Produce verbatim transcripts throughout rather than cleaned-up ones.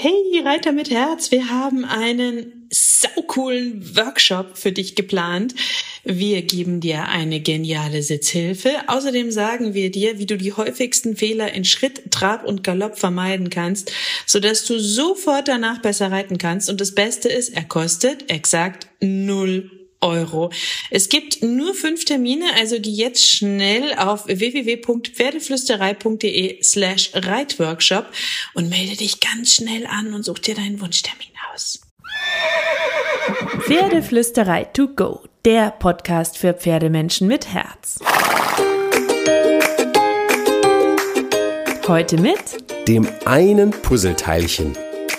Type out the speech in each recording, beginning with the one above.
Hey Reiter mit Herz, wir haben einen saucoolen Workshop für dich geplant. Wir geben dir eine geniale Sitzhilfe. Außerdem sagen wir dir, wie du die häufigsten Fehler in Schritt, Trab und Galopp vermeiden kannst, sodass du sofort danach besser reiten kannst. Und das Beste ist, er kostet exakt null Euro. Es gibt nur fünf Termine, also geh jetzt schnell auf w w w punkt pferdeflüsterei punkt d e slash reitworkshop und melde dich ganz schnell an und such dir deinen Wunschtermin aus. Pferdeflüsterei to go, der Podcast für Pferdemenschen mit Herz. Heute mit dem einen Puzzleteilchen.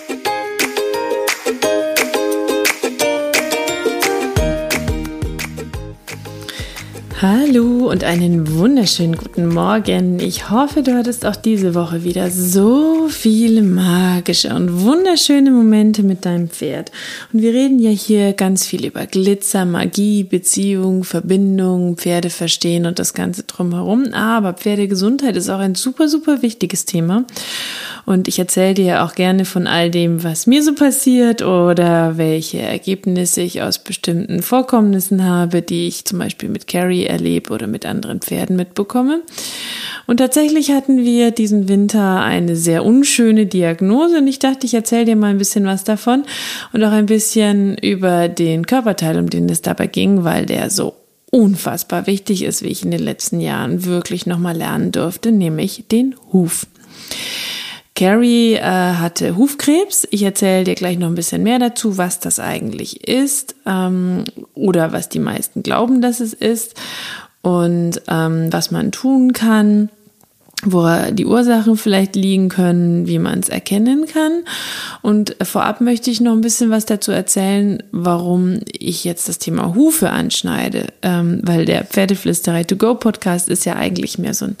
Hallo und einen wunderschönen guten Morgen. Ich hoffe, du hattest auch diese Woche wieder so viele magische und wunderschöne Momente mit deinem Pferd. Und wir reden ja hier ganz viel über Glitzer, Magie, Beziehung, Verbindung, Pferde verstehen und das Ganze drumherum. Aber Pferdegesundheit ist auch ein super, super wichtiges Thema. Und ich erzähle dir auch gerne von all dem, was mir so passiert oder welche Ergebnisse ich aus bestimmten Vorkommnissen habe, die ich zum Beispiel mit Carrie erlebe oder mit anderen Pferden mitbekomme. Und tatsächlich hatten wir diesen Winter eine sehr unschöne Diagnose und ich dachte, ich erzähle dir mal ein bisschen was davon und auch ein bisschen über den Körperteil, um den es dabei ging, weil der so unfassbar wichtig ist, wie ich in den letzten Jahren wirklich nochmal lernen durfte, nämlich den Huf. Carrie äh, hatte Hufkrebs. Ich erzähle dir gleich noch ein bisschen mehr dazu, was das eigentlich ist ähm, oder was die meisten glauben, dass es ist und ähm, was man tun kann, wo die Ursachen vielleicht liegen können, wie man es erkennen kann. Und vorab möchte ich noch ein bisschen was dazu erzählen, warum ich jetzt das Thema Hufe anschneide, ähm, weil der Pferdeflüsterei to go Podcast ist ja eigentlich mehr so ein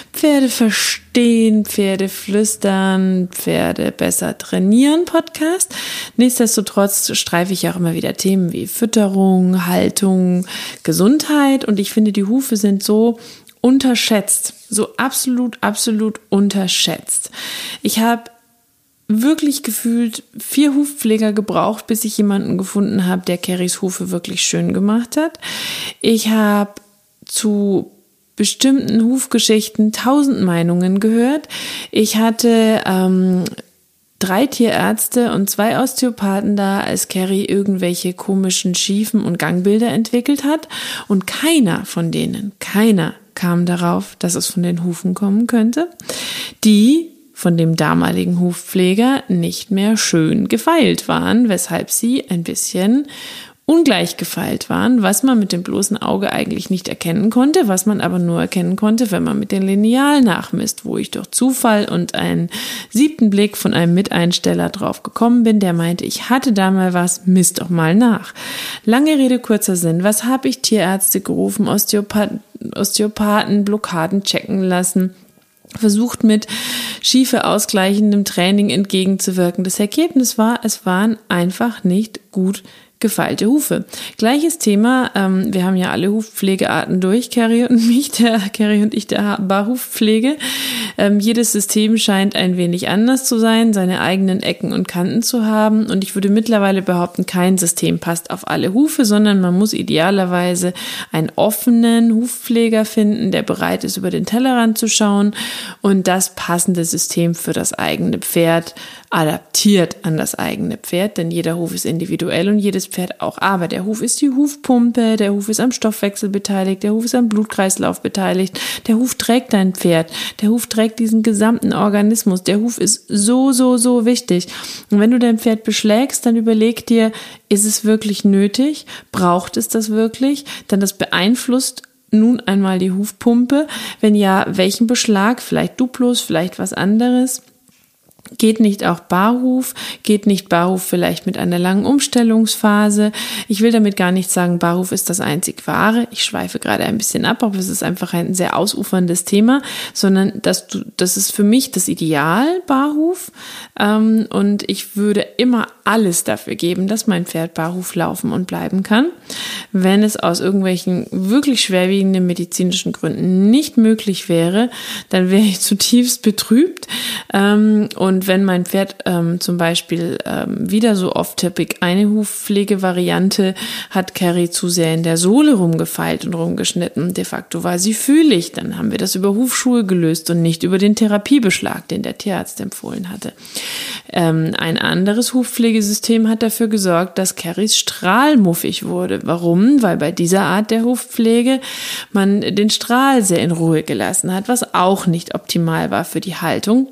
Pferdeverstehen, Pferdeflüstern, Pferde besser trainieren Podcast. Nichtsdestotrotz streife ich auch immer wieder Themen wie Fütterung, Haltung, Gesundheit und ich finde, die Hufe sind so unterschätzt, so absolut, absolut unterschätzt. Ich habe wirklich gefühlt vier Hufpfleger gebraucht, bis ich jemanden gefunden habe, der Carries Hufe wirklich schön gemacht hat. Ich habe zu bestimmten Hufgeschichten tausend Meinungen gehört. Ich hatte ähm, drei Tierärzte und zwei Osteopathen da, als Carrie irgendwelche komischen Schiefen und Gangbilder entwickelt hat. Und keiner von denen, keiner kam darauf, dass es von den Hufen kommen könnte, die von dem damaligen Hufpfleger nicht mehr schön gefeilt waren, weshalb sie ein bisschen ungleich gefeilt waren, was man mit dem bloßen Auge eigentlich nicht erkennen konnte, was man aber nur erkennen konnte, wenn man mit den Lineal nachmisst, wo ich durch Zufall und einen siebten Blick von einem Miteinsteller drauf gekommen bin, der meinte, ich hatte da mal was, misst doch mal nach. Lange Rede, kurzer Sinn, was habe ich Tierärzte gerufen, Osteopathen, Osteopathen, Blockaden checken lassen, versucht mit schiefe ausgleichendem Training entgegenzuwirken. Das Ergebnis war, es waren einfach nicht gut gefeilte Hufe. Gleiches Thema, ähm, wir haben ja alle Hufpflegearten durch, Carrie und mich, der Carrie und ich der Barhufpflege. Ähm, jedes System scheint ein wenig anders zu sein, seine eigenen Ecken und Kanten zu haben und ich würde mittlerweile behaupten, kein System passt auf alle Hufe, sondern man muss idealerweise einen offenen Hufpfleger finden, der bereit ist, über den Tellerrand zu schauen und das passende System für das eigene Pferd adaptiert an das eigene Pferd, denn jeder Huf ist individuell und jedes Pferd auch. Aber der Huf ist die Hufpumpe, der Huf ist am Stoffwechsel beteiligt, der Huf ist am Blutkreislauf beteiligt, der Huf trägt dein Pferd, der Huf trägt diesen gesamten Organismus. Der Huf ist so, so, so wichtig. Und wenn du dein Pferd beschlägst, dann überleg dir, ist es wirklich nötig? Braucht es das wirklich? Dann das beeinflusst nun einmal die Hufpumpe. Wenn ja, welchen Beschlag? Vielleicht Duplos, vielleicht was anderes. Geht nicht auch Barhuf? Geht nicht Barhuf vielleicht mit einer langen Umstellungsphase? Ich will damit gar nicht sagen, Barhuf ist das einzig Wahre. Ich schweife gerade ein bisschen ab, aber es ist einfach ein sehr ausuferndes Thema, sondern dass du, das ist für mich das Ideal, Barhuf. Ähm, und ich würde immer alles dafür geben, dass mein Pferd Barhuf laufen und bleiben kann. Wenn es aus irgendwelchen wirklich schwerwiegenden medizinischen Gründen nicht möglich wäre, dann wäre ich zutiefst betrübt. Ähm, und Und wenn mein Pferd ähm, zum Beispiel ähm, wieder so off-topic eine Hufpflegevariante hat Carrie zu sehr in der Sohle rumgefeilt und rumgeschnitten. De facto war sie fühlig. Dann haben wir das über Hufschuhe gelöst und nicht über den Therapiebeschlag, den der Tierarzt empfohlen hatte. Ähm, ein anderes Hufpflegesystem hat dafür gesorgt, dass Carries Strahl muffig wurde. Warum? Weil bei dieser Art der Hufpflege man den Strahl sehr in Ruhe gelassen hat, was auch nicht optimal war für die Haltung,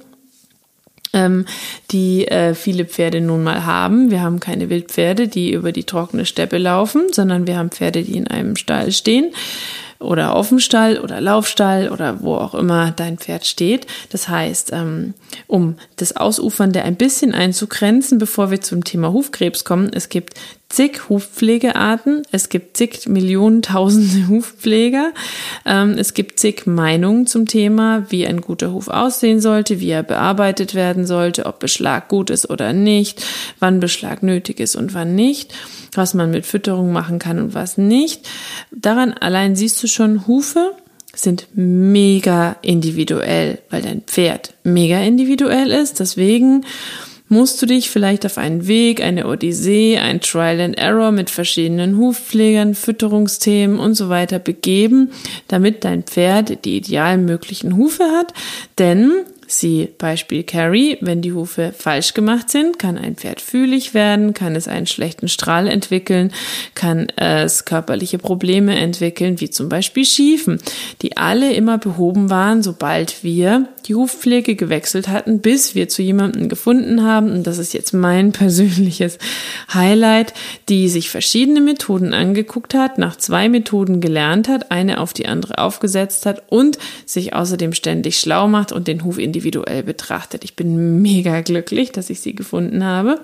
ähm, die äh, viele Pferde nun mal haben. Wir haben keine Wildpferde, die über die trockene Steppe laufen, sondern wir haben Pferde, die in einem Stall stehen oder auf dem Stall oder Laufstall oder wo auch immer dein Pferd steht. Das heißt, ähm, um das Ausufernde ein bisschen einzugrenzen, bevor wir zum Thema Hufkrebs kommen, es gibt zig Hufpflegearten, es gibt zig Millionen, tausende Hufpfleger, ähm, es gibt zig Meinungen zum Thema, wie ein guter Huf aussehen sollte, wie er bearbeitet werden sollte, ob Beschlag gut ist oder nicht, wann Beschlag nötig ist und wann nicht, was man mit Fütterung machen kann und was nicht. Daran allein siehst du schon, Hufe sind mega individuell, weil dein Pferd mega individuell ist, deswegen musst du dich vielleicht auf einen Weg, eine Odyssee, ein Trial and Error mit verschiedenen Hufpflegern, Fütterungsthemen und so weiter begeben, damit dein Pferd die ideal möglichen Hufe hat. Denn, sieh Beispiel Carrie, wenn die Hufe falsch gemacht sind, kann ein Pferd fühlig werden, kann es einen schlechten Strahl entwickeln, kann es körperliche Probleme entwickeln, wie zum Beispiel Schiefen, die alle immer behoben waren, sobald wir die Hufpflege gewechselt hatten, bis wir zu jemandem gefunden haben, und das ist jetzt mein persönliches Highlight, die sich verschiedene Methoden angeguckt hat, nach zwei Methoden gelernt hat, eine auf die andere aufgesetzt hat und sich außerdem ständig schlau macht und den Huf individuell betrachtet. Ich bin mega glücklich, dass ich sie gefunden habe.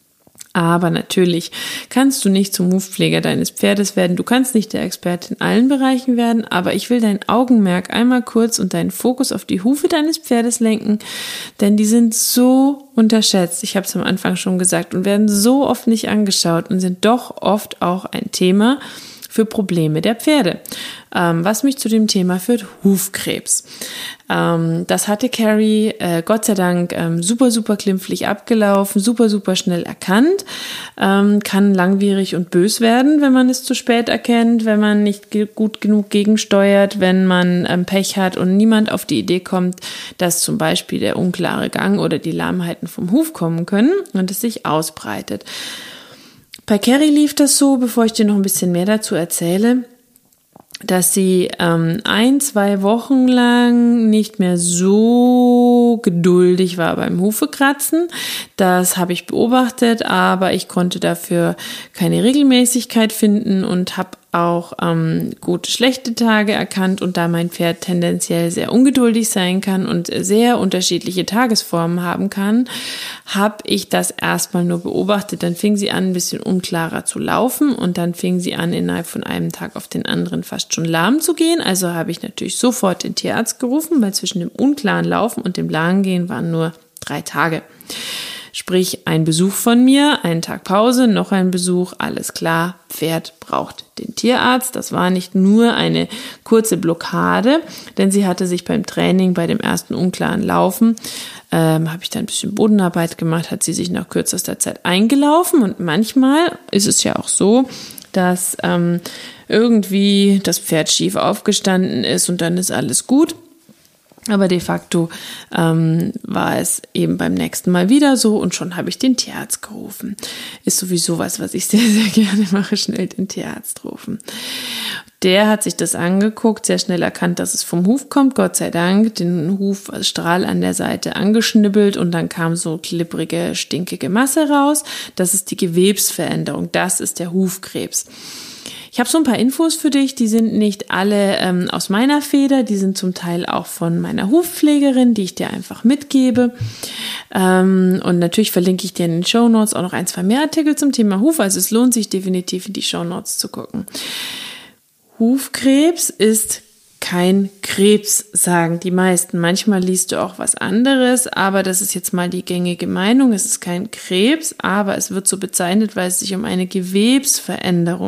Aber natürlich kannst du nicht zum Hufpfleger deines Pferdes werden. Du kannst nicht der Experte in allen Bereichen werden, aber ich will dein Augenmerk einmal kurz und deinen Fokus auf die Hufe deines Pferdes lenken, denn die sind so unterschätzt. Ich habe es am Anfang schon gesagt und werden so oft nicht angeschaut und sind doch oft auch ein Thema für Probleme der Pferde. Ähm, was mich zu dem Thema führt, Hufkrebs. Ähm, das hatte Carrie, äh, Gott sei Dank, ähm, super, super glimpflich abgelaufen, super, super schnell erkannt. Ähm, kann langwierig und bös werden, wenn man es zu spät erkennt, wenn man nicht ge- gut genug gegensteuert, wenn man ähm, Pech hat und niemand auf die Idee kommt, dass zum Beispiel der unklare Gang oder die Lahmheiten vom Huf kommen können und es sich ausbreitet. Bei Carrie lief das so, bevor ich dir noch ein bisschen mehr dazu erzähle, dass sie ähm, ein, zwei Wochen lang nicht mehr so geduldig war beim Hufekratzen. Das habe ich beobachtet, aber ich konnte dafür keine Regelmäßigkeit finden und habe auch ähm, gute, schlechte Tage erkannt. Und da mein Pferd tendenziell sehr ungeduldig sein kann und sehr unterschiedliche Tagesformen haben kann, habe ich das erstmal nur beobachtet. Dann fing sie an, ein bisschen unklarer zu laufen und dann fing sie an, innerhalb von einem Tag auf den anderen fast schon lahm zu gehen. Also habe ich natürlich sofort den Tierarzt gerufen, weil zwischen dem unklaren Laufen und dem lahmen Gehen waren nur drei Tage. Sprich, ein Besuch von mir, einen Tag Pause, noch ein Besuch, alles klar, Pferd braucht den Tierarzt. Das war nicht nur eine kurze Blockade, denn sie hatte sich beim Training, bei dem ersten unklaren Laufen, ähm, habe ich da ein bisschen Bodenarbeit gemacht, hat sie sich nach kürzester Zeit eingelaufen und manchmal ist es ja auch so, dass ähm, irgendwie das Pferd schief aufgestanden ist und dann ist alles gut. Aber de facto ähm, war es eben beim nächsten Mal wieder so und schon habe ich den Tierarzt gerufen. Ist sowieso was, was ich sehr, sehr gerne mache, schnell den Tierarzt rufen. Der hat sich das angeguckt, sehr schnell erkannt, dass es vom Huf kommt, Gott sei Dank, den Hufstrahl an der Seite angeschnibbelt und dann kam so klipprige, stinkige Masse raus. Das ist die Gewebsveränderung, das ist der Hufkrebs. Ich habe so ein paar Infos für dich, die sind nicht alle ähm, aus meiner Feder, die sind zum Teil auch von meiner Hufpflegerin, die ich dir einfach mitgebe. Ähm, und natürlich verlinke ich dir in den Shownotes auch noch ein, zwei mehr Artikel zum Thema Huf, also es lohnt sich definitiv in die Shownotes zu gucken. Hufkrebs ist kein Krebs, sagen die meisten. Manchmal liest du auch was anderes, aber das ist jetzt mal die gängige Meinung. Es ist kein Krebs, aber es wird so bezeichnet, weil es sich um eine Gewebsveränderung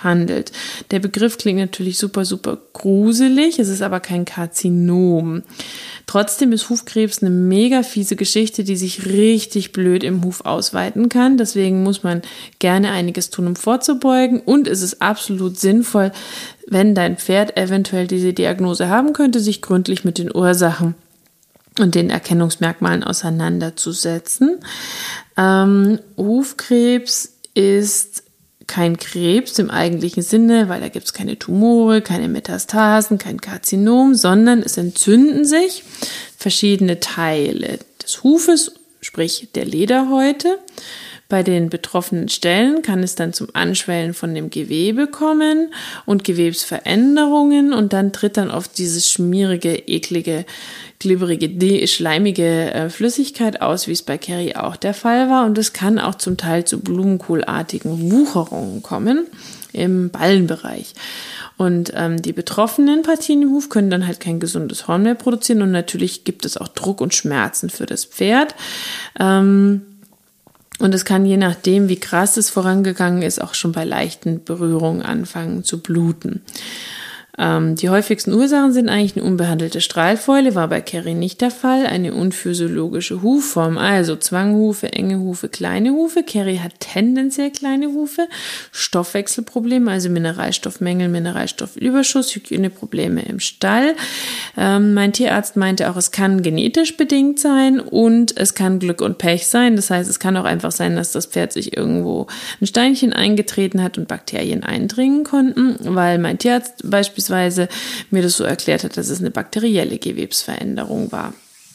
handelt. Der Begriff klingt natürlich super, super gruselig, es ist aber kein Karzinom. Trotzdem ist Hufkrebs eine mega fiese Geschichte, die sich richtig blöd im Huf ausweiten kann. Deswegen muss man gerne einiges tun, um vorzubeugen. Und es ist absolut sinnvoll, wenn dein Pferd eventuell diese Diagnose haben könnte, sich gründlich mit den Ursachen und den Erkennungsmerkmalen auseinanderzusetzen. Ähm, Hufkrebs ist kein Krebs im eigentlichen Sinne, weil da gibt es keine Tumore, keine Metastasen, kein Karzinom, sondern es entzünden sich verschiedene Teile des Hufes, sprich der Lederhäute. Bei den betroffenen Stellen kann es dann zum Anschwellen von dem Gewebe kommen und Gewebsveränderungen und dann tritt dann oft dieses schmierige, eklige, glibberige, schleimige äh, Flüssigkeit aus, wie es bei Carrie auch der Fall war, und es kann auch zum Teil zu blumenkohlartigen Wucherungen kommen im Ballenbereich. Und ähm, die betroffenen Partien im Huf können dann halt kein gesundes Horn mehr produzieren und natürlich gibt es auch Druck und Schmerzen für das Pferd. Ähm, Und es kann je nachdem, wie krass es vorangegangen ist, auch schon bei leichten Berührungen anfangen zu bluten. Ähm, die häufigsten Ursachen sind eigentlich eine unbehandelte Strahlfäule, war bei Carrie nicht der Fall, eine unphysiologische Hufform, also Zwanghufe, enge Hufe, kleine Hufe. Carrie hat tendenziell kleine Hufe, Stoffwechselprobleme, also Mineralstoffmängel, Mineralstoffüberschuss, Hygieneprobleme im Stall. Ähm, mein Tierarzt meinte auch, es kann genetisch bedingt sein und es kann Glück und Pech sein. Das heißt, es kann auch einfach sein, dass das Pferd sich irgendwo ein Steinchen eingetreten hat und Bakterien eindringen konnten, weil mein Tierarzt beispielsweise mir das so erklärt hat, dass es eine bakterielle Gewebsveränderung war.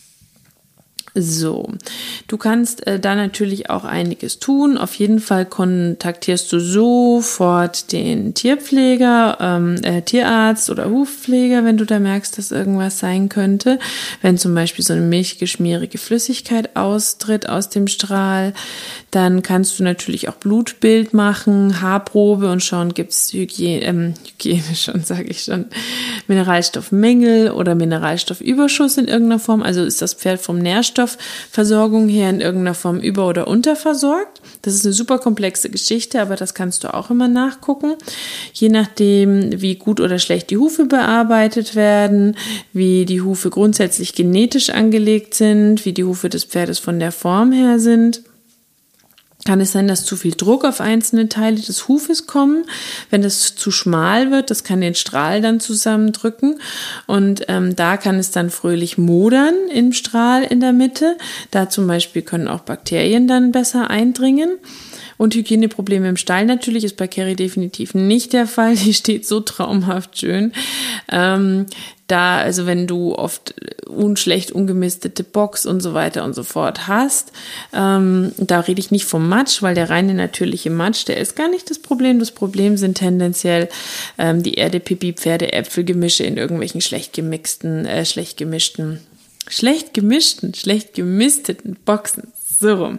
So, du kannst äh, da natürlich auch einiges tun. Auf jeden Fall kontaktierst du sofort den Tierpfleger, ähm, äh, Tierarzt oder Hufpfleger, wenn du da merkst, dass irgendwas sein könnte. Wenn zum Beispiel so eine milchige, schmierige Flüssigkeit austritt aus dem Strahl, dann kannst du natürlich auch Blutbild machen, Haarprobe und schauen, gibt es Hygiene, ähm, Hygiene schon, sage ich schon, Mineralstoffmängel oder Mineralstoffüberschuss in irgendeiner Form. Also ist das Pferd vom Nährstoffversorgung her in irgendeiner Form über- oder unterversorgt. Das ist eine super komplexe Geschichte, aber das kannst du auch immer nachgucken. Je nachdem, wie gut oder schlecht die Hufe bearbeitet werden, wie die Hufe grundsätzlich genetisch angelegt sind, wie die Hufe des Pferdes von der Form her sind, kann es sein, dass zu viel Druck auf einzelne Teile des Hufes kommen. Wenn das zu schmal wird, das kann den Strahl dann zusammendrücken und ähm, da kann es dann fröhlich modern im Strahl in der Mitte. Da zum Beispiel können auch Bakterien dann besser eindringen. Und Hygieneprobleme im Stall natürlich ist bei Carrie definitiv nicht der Fall. Die steht so traumhaft schön. Ähm, da, also wenn du oft unschlecht ungemistete Box und so weiter und so fort hast, ähm, da rede ich nicht vom Matsch, weil der reine natürliche Matsch, der ist gar nicht das Problem. Das Problem sind tendenziell ähm, die Erde, Pipi, Pferde, Äpfelgemische in irgendwelchen schlecht gemixten, äh, schlecht gemischten, schlecht gemischten, schlecht gemisteten Boxen. So rum.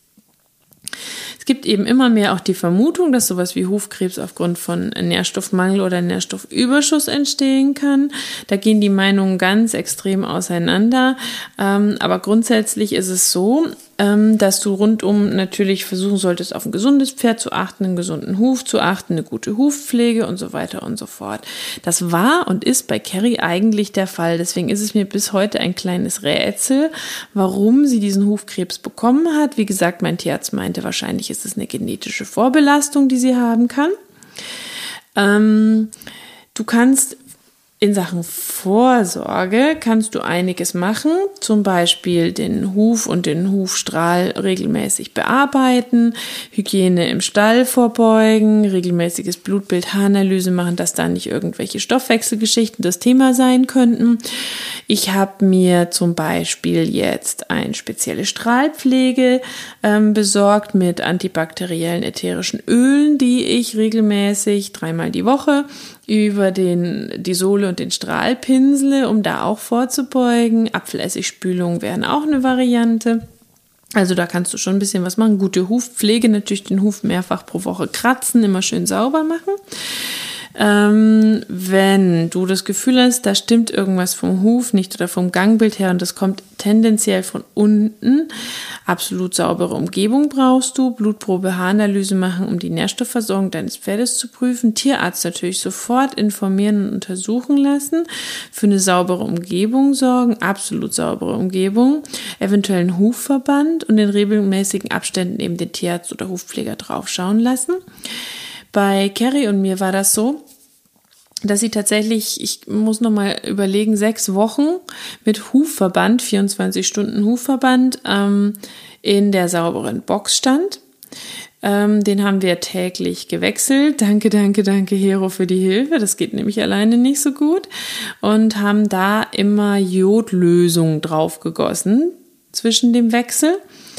Es gibt eben immer mehr auch die Vermutung, dass sowas wie Hufkrebs aufgrund von Nährstoffmangel oder Nährstoffüberschuss entstehen kann. Da gehen die Meinungen ganz extrem auseinander. Ähm, aber grundsätzlich ist es so, ähm, dass du rundum natürlich versuchen solltest, auf ein gesundes Pferd zu achten, einen gesunden Huf zu achten, eine gute Hufpflege und so weiter und so fort. Das war und ist bei Carrie eigentlich der Fall. Deswegen ist es mir bis heute ein kleines Rätsel, warum sie diesen Hufkrebs bekommen hat. Wie gesagt, mein Tierarzt meinte, wahrscheinlich ist es eine genetische Vorbelastung, die sie haben kann. Ähm, du kannst in Sachen Vorsorge kannst du einiges machen, zum Beispiel den Huf und den Hufstrahl regelmäßig bearbeiten, Hygiene im Stall vorbeugen, regelmäßiges Blutbild, Haaranalyse machen, dass da nicht irgendwelche Stoffwechselgeschichten das Thema sein könnten. Ich habe mir zum Beispiel jetzt eine spezielle Strahlpflege ähm, besorgt mit antibakteriellen ätherischen Ölen, die ich regelmäßig dreimal die Woche über den, die Sohle und den Strahl pinsele, um da auch vorzubeugen. Apfelessigspülungen wären auch eine Variante. Also da kannst du schon ein bisschen was machen. Gute Hufpflege, natürlich den Huf mehrfach pro Woche kratzen, immer schön sauber machen. Ähm, wenn du das Gefühl hast, da stimmt irgendwas vom Huf nicht oder vom Gangbild her und das kommt tendenziell von unten, absolut saubere Umgebung brauchst du, Blutprobe, Haaranalyse machen, um die Nährstoffversorgung deines Pferdes zu prüfen, Tierarzt natürlich sofort informieren und untersuchen lassen, für eine saubere Umgebung sorgen, absolut saubere Umgebung, eventuell einen Hufverband und in regelmäßigen Abständen eben den Tierarzt oder Hufpfleger draufschauen lassen. Bei Carrie und mir war das so, dass sie tatsächlich, ich muss nochmal überlegen, sechs Wochen mit Hufverband, vierundzwanzig Stunden Hufverband, ähm, in der sauberen Box stand. Ähm, den haben wir täglich gewechselt. Danke, danke, danke, Hero, für die Hilfe. Das geht nämlich alleine nicht so gut. Und haben da immer Jodlösung drauf gegossen zwischen dem Wechsel.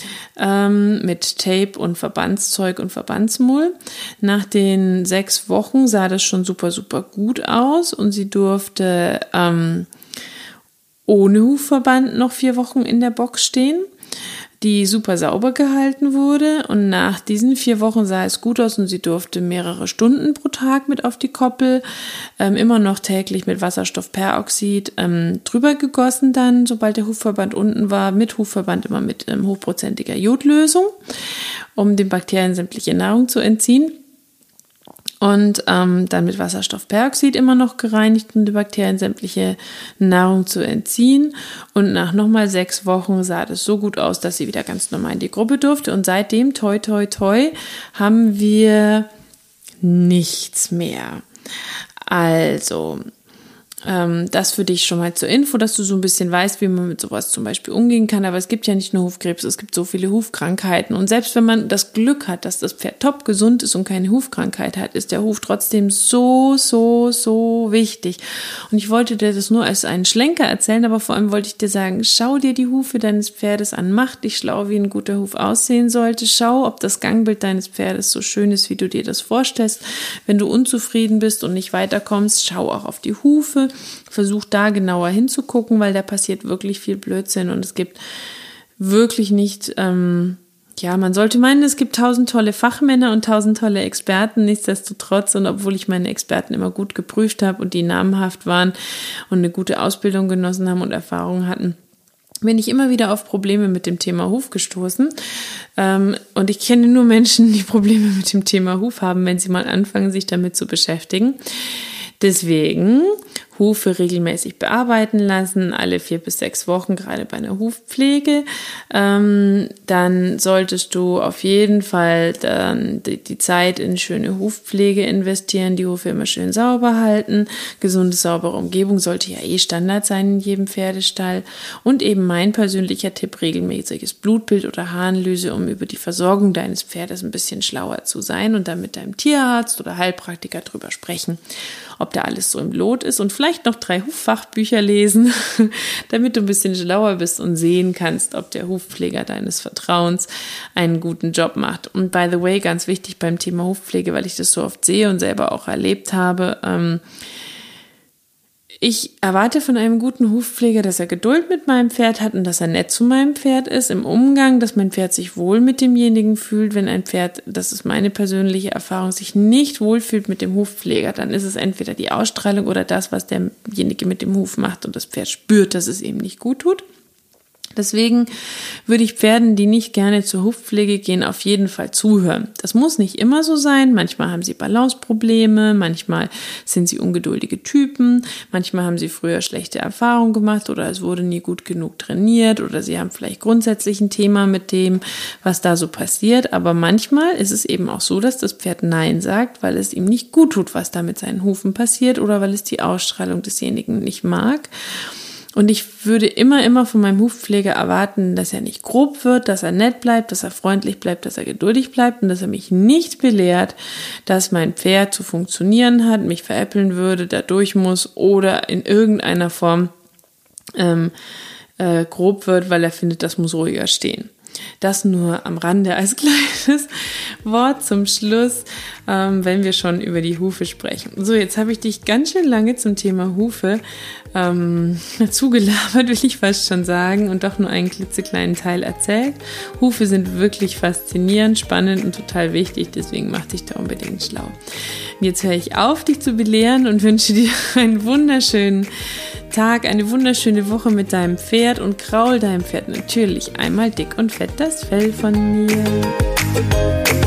Mit Tape und Verbandszeug und Verbandsmull. Nach den sechs Wochen sah das schon super, super gut aus und sie durfte ähm, ohne Hufverband noch vier Wochen in der Box stehen, die super sauber gehalten wurde und nach diesen vier Wochen sah es gut aus und sie durfte mehrere Stunden pro Tag mit auf die Koppel, ähm, immer noch täglich mit Wasserstoffperoxid ähm, drüber gegossen dann, sobald der Hufverband unten war, mit Hufverband immer mit ähm, hochprozentiger Jodlösung, um den Bakterien sämtliche Nahrung zu entziehen. Und ähm, dann mit Wasserstoffperoxid immer noch gereinigt, um die Bakterien sämtliche Nahrung zu entziehen. Und nach nochmal sechs Wochen sah das so gut aus, dass sie wieder ganz normal in die Gruppe durfte. Und seitdem, toi, toi, toi, haben wir nichts mehr. Also, ähm, das für dich schon mal zur Info, dass du so ein bisschen weißt, wie man mit sowas zum Beispiel umgehen kann. Aber es gibt ja nicht nur Hufkrebs, es gibt so viele Hufkrankheiten. Und selbst wenn man das Glück hat, dass das Pferd top gesund ist und keine Hufkrankheit hat, ist der Huf trotzdem so, so, so wichtig. Und ich wollte dir das nur als einen Schlenker erzählen, aber vor allem wollte ich dir sagen, schau dir die Hufe deines Pferdes an, mach dich schlau, wie ein guter Huf aussehen sollte. Schau, ob das Gangbild deines Pferdes so schön ist, wie du dir das vorstellst. Wenn du unzufrieden bist und nicht weiterkommst, schau auch auf die Hufe. Versuch da genauer hinzugucken, weil da passiert wirklich viel Blödsinn und es gibt wirklich nicht, ähm, ja, man sollte meinen, es gibt tausend tolle Fachmänner und tausend tolle Experten, nichtsdestotrotz und obwohl ich meine Experten immer gut geprüft habe und die namenhaft waren und eine gute Ausbildung genossen haben und Erfahrungen hatten, bin ich immer wieder auf Probleme mit dem Thema Huf gestoßen. Ähm, und ich kenne nur Menschen, die Probleme mit dem Thema Huf haben, wenn sie mal anfangen, sich damit zu beschäftigen. Deswegen Hufe regelmäßig bearbeiten lassen, alle vier bis sechs Wochen, gerade bei einer Hufpflege. Ähm, dann solltest du auf jeden Fall dann die, die Zeit in schöne Hufpflege investieren, die Hufe immer schön sauber halten. Gesunde, saubere Umgebung sollte ja eh Standard sein in jedem Pferdestall. Und eben mein persönlicher Tipp, regelmäßiges Blutbild oder Haaranalyse, um über die Versorgung deines Pferdes ein bisschen schlauer zu sein und dann mit deinem Tierarzt oder Heilpraktiker drüber sprechen, ob da alles so im Lot ist und vielleicht noch drei Huffachbücher lesen, damit du ein bisschen schlauer bist und sehen kannst, ob der Hufpfleger deines Vertrauens einen guten Job macht. Und by the way, ganz wichtig beim Thema Hufpflege, weil ich das so oft sehe und selber auch erlebt habe, ähm, ich erwarte von einem guten Hufpfleger, dass er Geduld mit meinem Pferd hat und dass er nett zu meinem Pferd ist im Umgang, dass mein Pferd sich wohl mit demjenigen fühlt. Wenn ein Pferd, das ist meine persönliche Erfahrung, sich nicht wohlfühlt mit dem Hufpfleger, dann ist es entweder die Ausstrahlung oder das, was derjenige mit dem Huf macht und das Pferd spürt, dass es ihm nicht gut tut. Deswegen würde ich Pferden, die nicht gerne zur Hufpflege gehen, auf jeden Fall zuhören. Das muss nicht immer so sein. Manchmal haben sie Balanceprobleme, manchmal sind sie ungeduldige Typen, manchmal haben sie früher schlechte Erfahrungen gemacht oder es wurde nie gut genug trainiert oder sie haben vielleicht grundsätzlich ein Thema mit dem, was da so passiert. Aber manchmal ist es eben auch so, dass das Pferd Nein sagt, weil es ihm nicht gut tut, was da mit seinen Hufen passiert oder weil es die Ausstrahlung desjenigen nicht mag. Und ich würde immer, immer von meinem Hufpfleger erwarten, dass er nicht grob wird, dass er nett bleibt, dass er freundlich bleibt, dass er geduldig bleibt und dass er mich nicht belehrt, dass mein Pferd zu funktionieren hat, mich veräppeln würde, da durch muss oder in irgendeiner Form ähm, äh, grob wird, weil er findet, das muss ruhiger stehen. Das nur am Rande als kleines Wort zum Schluss, ähm, wenn wir schon über die Hufe sprechen. So, jetzt habe ich dich ganz schön lange zum Thema Hufe ähm, zugelabert, will ich fast schon sagen, und doch nur einen klitzekleinen Teil erzählt. Hufe sind wirklich faszinierend, spannend und total wichtig, deswegen mach dich da unbedingt schlau. Und jetzt höre ich auf, dich zu belehren und wünsche dir einen wunderschönen Tag, eine wunderschöne Woche mit deinem Pferd und kraul deinem Pferd natürlich einmal dick und fett das Fell von mir.